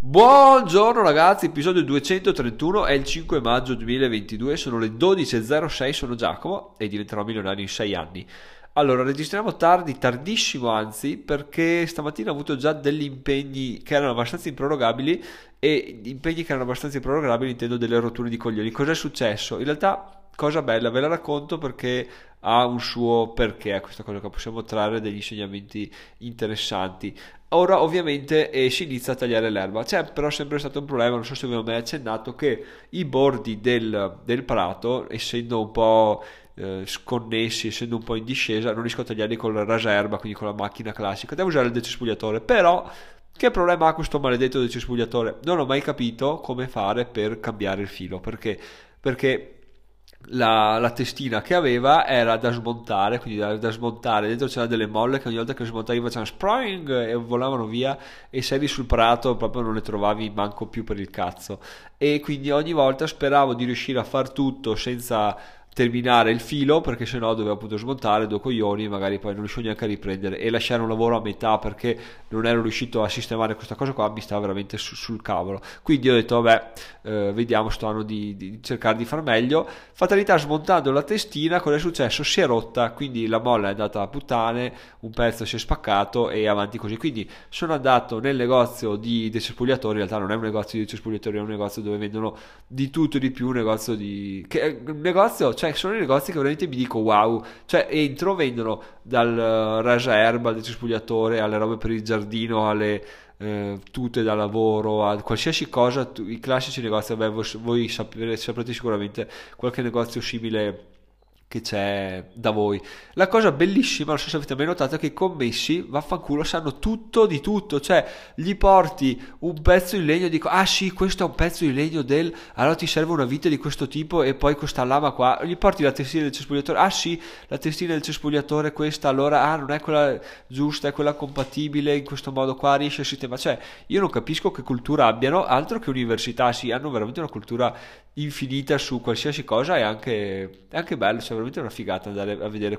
Buongiorno ragazzi, episodio 231, è il 5 maggio 2022, sono le 12.06, sono Giacomo e diventerò milionario in 6 anni. Allora, registriamo tardi, tardissimo anzi, perché stamattina ho avuto già degli impegni che erano abbastanza improrogabili e impegni che erano abbastanza improrogabili intendo delle rotture di coglioni. Cos'è successo? In realtà, cosa bella, ve la racconto perché ha un suo perché, questa cosa che possiamo trarre degli insegnamenti interessanti. Ora ovviamente si inizia a tagliare l'erba, c'è però sempre stato un problema, non so se vi ho mai accennato, che i bordi del prato, essendo un po' sconnessi, essendo un po' in discesa, non riesco a tagliarli con la raserba, quindi con la macchina classica, devo usare il decespugliatore, però che problema ha questo maledetto decespugliatore? Non ho mai capito come fare per cambiare il filo, perché la testina che aveva era da smontare, quindi da smontare, dentro c'era delle molle che ogni volta che smontavi facevano spring e volavano via e se eri sul prato proprio non le trovavi manco più per il cazzo e quindi ogni volta speravo di riuscire a far tutto senza terminare il filo perché sennò dovevo appunto smontare due coglioni e magari poi non riuscivo neanche a riprendere e lasciare un lavoro a metà perché non ero riuscito a sistemare questa cosa qua, mi stava veramente sul cavolo. Quindi ho detto vabbè, vediamo sto anno di cercare di far meglio. Fatalità, smontando la testina cosa è successo? Si è rotta, quindi la molla è andata a puttane, un pezzo si è spaccato e avanti così. Quindi sono andato nel negozio di decespugliatori, in realtà non è un negozio di decespugliatori, è un negozio dove vendono di tutto e di più, un negozio un negozio, cioè sono i negozi che veramente mi dico wow, cioè entro, vendono dal rasaerba al decespugliatore alle robe per il giardino, alle tute da lavoro, a qualsiasi cosa, i classici negozi, vabbè, voi saprete sicuramente qualche negozio simile che c'è da voi. La cosa bellissima, non so se avete mai notato, è che i commessi, vaffanculo, sanno tutto di tutto, cioè gli porti un pezzo in legno e dico, ah sì, questo è un pezzo in legno allora ti serve una vite di questo tipo e poi questa lama qua, gli porti la testina del cespugliatore, ah sì, la testina del cespugliatore è questa, allora, ah, non è quella giusta, è quella compatibile, in questo modo qua riesce a sistemare, cioè io non capisco che cultura abbiano, altro che università, sì, hanno veramente una cultura infinita su qualsiasi cosa e è anche bello, cioè veramente una figata andare a vedere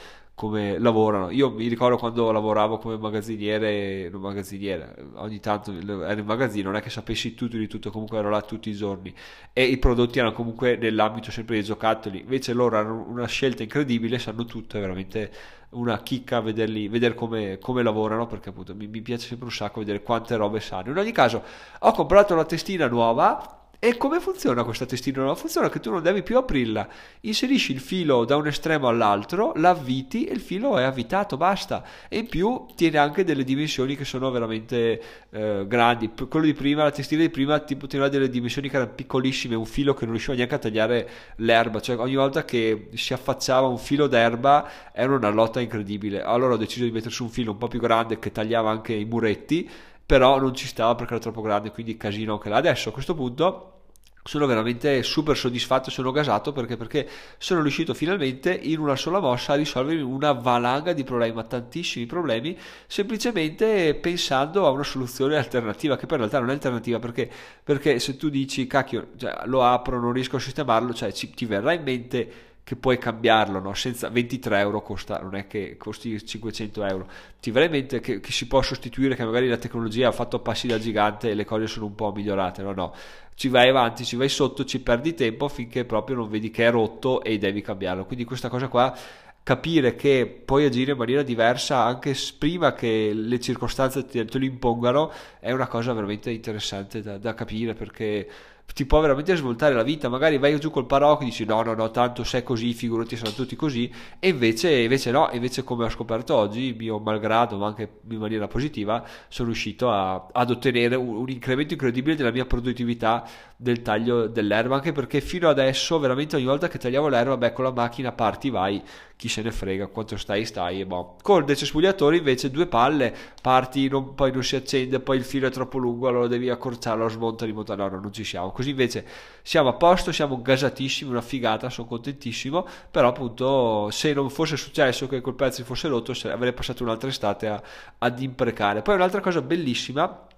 come lavorano. Io mi ricordo quando lavoravo come magazziniere, non magazziniere, ogni tanto ero in magazzino, non è che sapessi tutto di tutto, comunque ero là tutti i giorni e i prodotti erano comunque nell'ambito sempre dei giocattoli, invece loro hanno una scelta incredibile, sanno tutto, è veramente una chicca vederli, vedere come lavorano perché appunto mi piace sempre un sacco vedere quante robe sanno. In ogni caso ho comprato una testina nuova e come funziona questa testina nuova? Funziona che tu non devi più aprirla, inserisci il filo da un estremo all'altro, l'avviti e il filo è avvitato, basta. E in più tiene anche delle dimensioni che sono veramente grandi. Quello di prima, la testina di prima, tipo teneva delle dimensioni che erano piccolissime, un filo che non riusciva neanche a tagliare l'erba, cioè ogni volta che si affacciava un filo d'erba era una lotta incredibile. Allora ho deciso di mettere su un filo un po' più grande che tagliava anche i muretti, però non ci stava perché era troppo grande, quindi casino anche là. Adesso a questo punto sono veramente super soddisfatto, sono gasato perché sono riuscito finalmente in una sola mossa a risolvere una valanga di problemi, ma tantissimi problemi, semplicemente pensando a una soluzione alternativa, che poi in realtà non è alternativa perché se tu dici cacchio, cioè, lo apro, non riesco a sistemarlo, cioè ti verrà in mente che puoi cambiarlo, no? Senza 23 euro costa, non è che costi 500 euro, ti verrà in mente che si può sostituire, che magari la tecnologia ha fatto passi da gigante e le cose sono un po' migliorate, no, no, ci vai avanti, ci vai sotto, ci perdi tempo finché proprio non vedi che è rotto e devi cambiarlo. Quindi questa cosa qua, capire che puoi agire in maniera diversa anche prima che le circostanze te lo impongano, è una cosa veramente interessante da capire perché ti può veramente svoltare la vita. Magari vai giù col parocchio e dici no no no, tanto se è così figurati saranno tutti così, e invece no, invece come ho scoperto oggi, mio malgrado ma anche in maniera positiva, sono riuscito ad ottenere un incremento incredibile della mia produttività del taglio dell'erba, anche perché fino adesso veramente ogni volta che tagliavo l'erba, beh, con la macchina parti vai, chi se ne frega, quanto stai e boh. Con il decespugliatore invece due palle, parti, poi non si accende, poi il filo è troppo lungo, allora devi accorciarlo, smonta, rimonta, no, non ci siamo. Così invece siamo a posto, siamo gasatissimi, una figata, sono contentissimo, però appunto se non fosse successo che quel pezzo fosse rotto, avrei passato un'altra estate ad imprecare. Poi un'altra cosa bellissima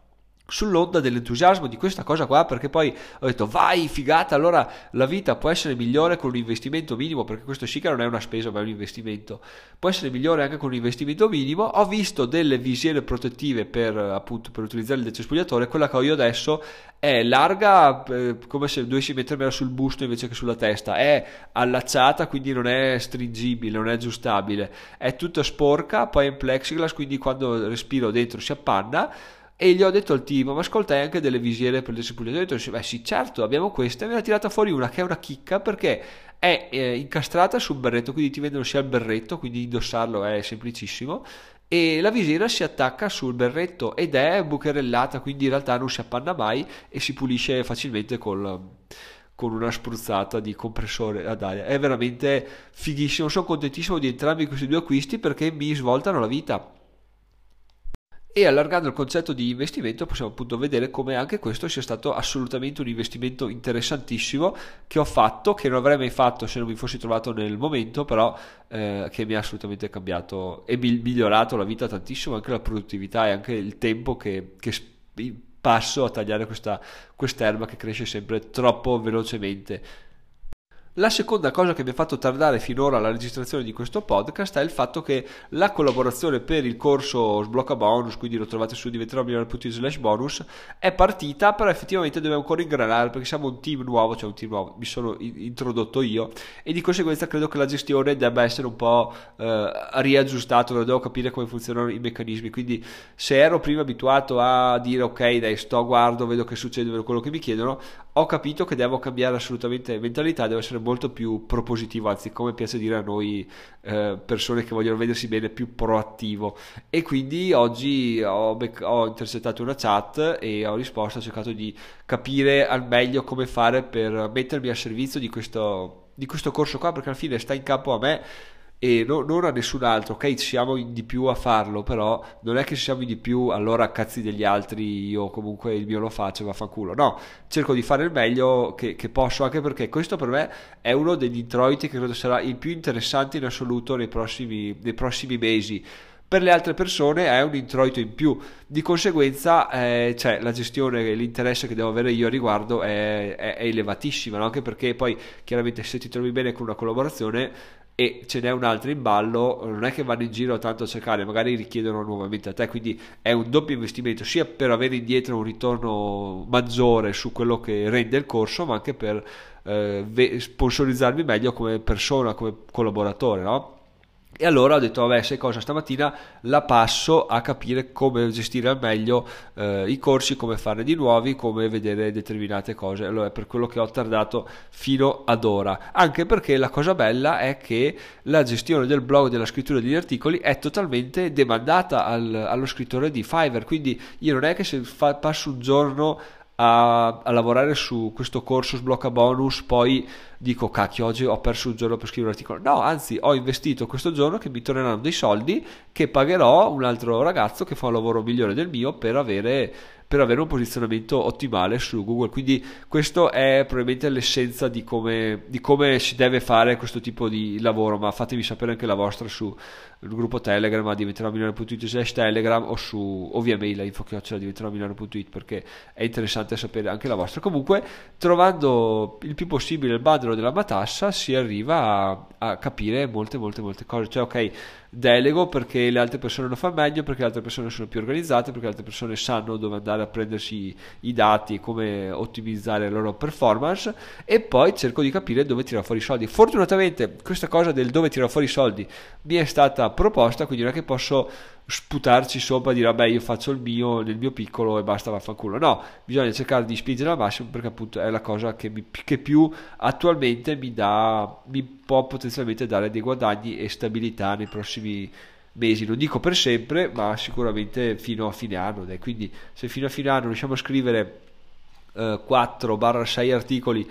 sull'onda dell'entusiasmo di questa cosa qua, perché poi ho detto vai figata, allora la vita può essere migliore con un investimento minimo, perché questo sì che non è una spesa ma è un investimento, può essere migliore anche con un investimento minimo. Ho visto delle visiere protettive per appunto per utilizzare il decespugliatore. Quella che ho io adesso è larga, come se dovessi mettermela sul busto invece che sulla testa, è allacciata quindi non è stringibile, non è aggiustabile, è tutta sporca, poi è in plexiglass quindi quando respiro dentro si appanna. E gli ho detto al tipo, ma ascolta, hai anche delle visiere per il decespugliatore? Ho detto, beh sì, certo, abbiamo queste. E me ne ha tirata fuori una che è una chicca, perché è incastrata sul berretto, quindi ti vendono sia il berretto, quindi indossarlo è semplicissimo, e la visiera si attacca sul berretto ed è bucherellata, quindi in realtà non si appanna mai e si pulisce facilmente con una spruzzata di compressore ad aria. È veramente fighissimo, sono contentissimo di entrambi questi due acquisti perché mi svoltano la vita. E allargando il concetto di investimento possiamo appunto vedere come anche questo sia stato assolutamente un investimento interessantissimo che ho fatto, che non avrei mai fatto se non mi fossi trovato nel momento, però che mi ha assolutamente cambiato e migliorato la vita tantissimo, anche la produttività e anche il tempo che passo a tagliare quest'erba che cresce sempre troppo velocemente. La seconda cosa che mi ha fatto tardare finora la registrazione di questo podcast è il fatto che la collaborazione per il corso Sblocca Bonus, quindi lo trovate su diventeròmigliore.it/bonus, è partita, però effettivamente dobbiamo ancora ingranare perché siamo un team nuovo, cioè un team nuovo, mi sono introdotto io e di conseguenza credo che la gestione debba essere un po' riaggiustato, devo capire come funzionano i meccanismi, quindi se ero prima abituato a dire ok dai sto guardo, vedo che succede, vedo quello che mi chiedono, ho capito che devo cambiare assolutamente mentalità, devo essere molto più propositivo, anzi come piace dire a noi persone che vogliono vedersi bene, più proattivo. E quindi oggi ho intercettato una chat e ho risposto, ho cercato di capire al meglio come fare per mettermi a servizio di questo corso qua, perché alla fine sta in capo a me e non a nessun altro. Ok, ci siamo in di più a farlo, però non è che ci siamo in di più allora cazzi degli altri, io comunque il mio lo faccio, vaffanculo. No, cerco di fare il meglio che posso, anche perché questo per me è uno degli introiti che credo sarà il più interessante in assoluto nei prossimi mesi. Per le altre persone è un introito in più, di conseguenza cioè, la gestione e l'interesse che devo avere io a riguardo è elevatissima, no? Anche perché poi chiaramente se ti trovi bene con una collaborazione e ce n'è un'altra in ballo, non è che vanno in giro tanto a cercare, magari richiedono nuovamente a te, quindi è un doppio investimento sia per avere indietro un ritorno maggiore su quello che rende il corso, ma anche per sponsorizzarmi meglio come persona, come collaboratore, no? E allora ho detto, vabbè, sai cosa, stamattina la passo a capire come gestire al meglio i corsi, come farne di nuovi, come vedere determinate cose. Allora è per quello che ho tardato fino ad ora. Anche perché la cosa bella è che la gestione del blog, della scrittura degli articoli è totalmente demandata allo scrittore di Fiverr. Quindi io non è che se passo un giorno a lavorare su questo corso Sblocca Bonus, poi dico cacchio oggi ho perso un giorno per scrivere un articolo. No, anzi ho investito questo giorno che mi torneranno dei soldi che pagherò un altro ragazzo che fa un lavoro migliore del mio per avere un posizionamento ottimale su Google. Quindi questo è probabilmente l'essenza di come si deve fare questo tipo di lavoro, ma fatemi sapere anche la vostra sul gruppo Telegram a diventeròmigliore.it/telegram o via mail a info@diventeròmigliore.it, perché è interessante sapere anche la vostra. Comunque, trovando il più possibile il bandolo della matassa si arriva a capire molte molte molte cose. Cioè ok, delego perché le altre persone lo fanno meglio, perché le altre persone sono più organizzate, perché le altre persone sanno dove andare a prendersi i dati e come ottimizzare la loro performance, e poi cerco di capire dove tirare fuori i soldi. Fortunatamente questa cosa del dove tirare fuori i soldi mi è stata proposta, quindi non è che posso sputarci sopra e dire vabbè io faccio il mio nel mio piccolo e basta, vaffanculo. No, bisogna cercare di spingere al massimo, perché appunto è la cosa che più attualmente mi può potenzialmente dare dei guadagni e stabilità nei prossimi mesi. Non dico per sempre, ma sicuramente fino a fine anno. Quindi se fino a fine anno riusciamo a scrivere 4-6 articoli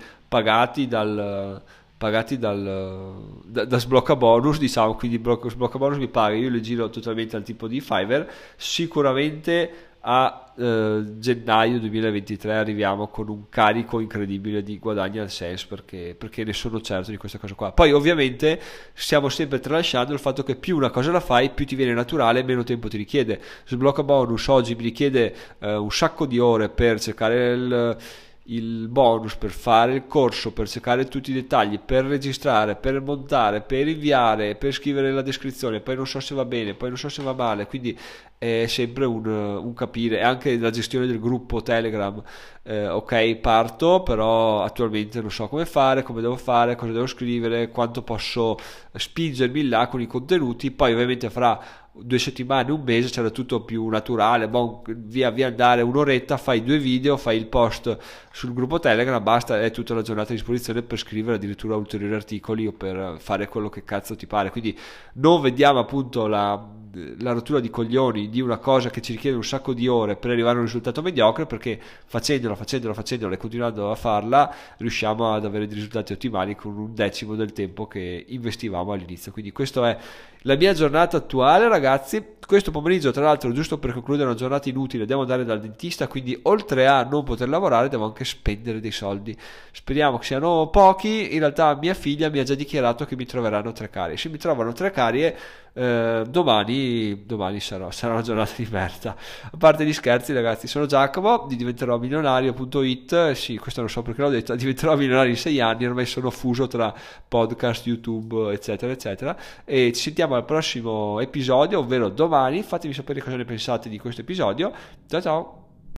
da Sblocca Bonus, diciamo, quindi Sblocca Bonus mi paga, io le giro totalmente al tipo di Fiverr, sicuramente a gennaio 2023 arriviamo con un carico incredibile di guadagni AdSense, perché ne sono certo di questa cosa qua. Poi ovviamente stiamo sempre tralasciando il fatto che più una cosa la fai, più ti viene naturale, meno tempo ti richiede. Sblocca bonus oggi mi richiede un sacco di ore per cercare il bonus, per fare il corso, per cercare tutti i dettagli, per registrare, per montare, per inviare, per scrivere la descrizione, poi non so se va bene, poi non so se va male, quindi è sempre un capire. E anche la gestione del gruppo Telegram, ok, parto, però attualmente non so come fare, come devo fare, cosa devo scrivere, quanto posso spingermi là con i contenuti. Poi ovviamente fra 2 settimane, un mese c'era tutto più naturale, via andare un'oretta, fai 2 video, fai il post sul gruppo Telegram, basta, è tutta la giornata a disposizione per scrivere addirittura ulteriori articoli o per fare quello che cazzo ti pare. Quindi non vediamo appunto la rottura di coglioni di una cosa che ci richiede un sacco di ore per arrivare a un risultato mediocre, perché facendola e continuando a farla riusciamo ad avere dei risultati ottimali con 1/10 del tempo che investivamo all'inizio. Quindi questo è la mia giornata attuale, ragazzi. Questo pomeriggio, tra l'altro, giusto per concludere una giornata inutile, devo andare dal dentista, quindi oltre a non poter lavorare devo anche spendere dei soldi. Speriamo che siano pochi. In realtà mia figlia mi ha già dichiarato che mi troveranno 3 carie. Se mi trovano 3 carie, domani sarà una giornata di merda. A parte gli scherzi, ragazzi, sono Giacomo di diventerò milionario.it. Sì, questo non so perché l'ho detto, diventerò milionario in 6 anni, ormai sono fuso tra podcast, YouTube, eccetera eccetera, e ci sentiamo al prossimo episodio, ovvero domani. Fatemi sapere cosa ne pensate di questo episodio. Ciao ciao.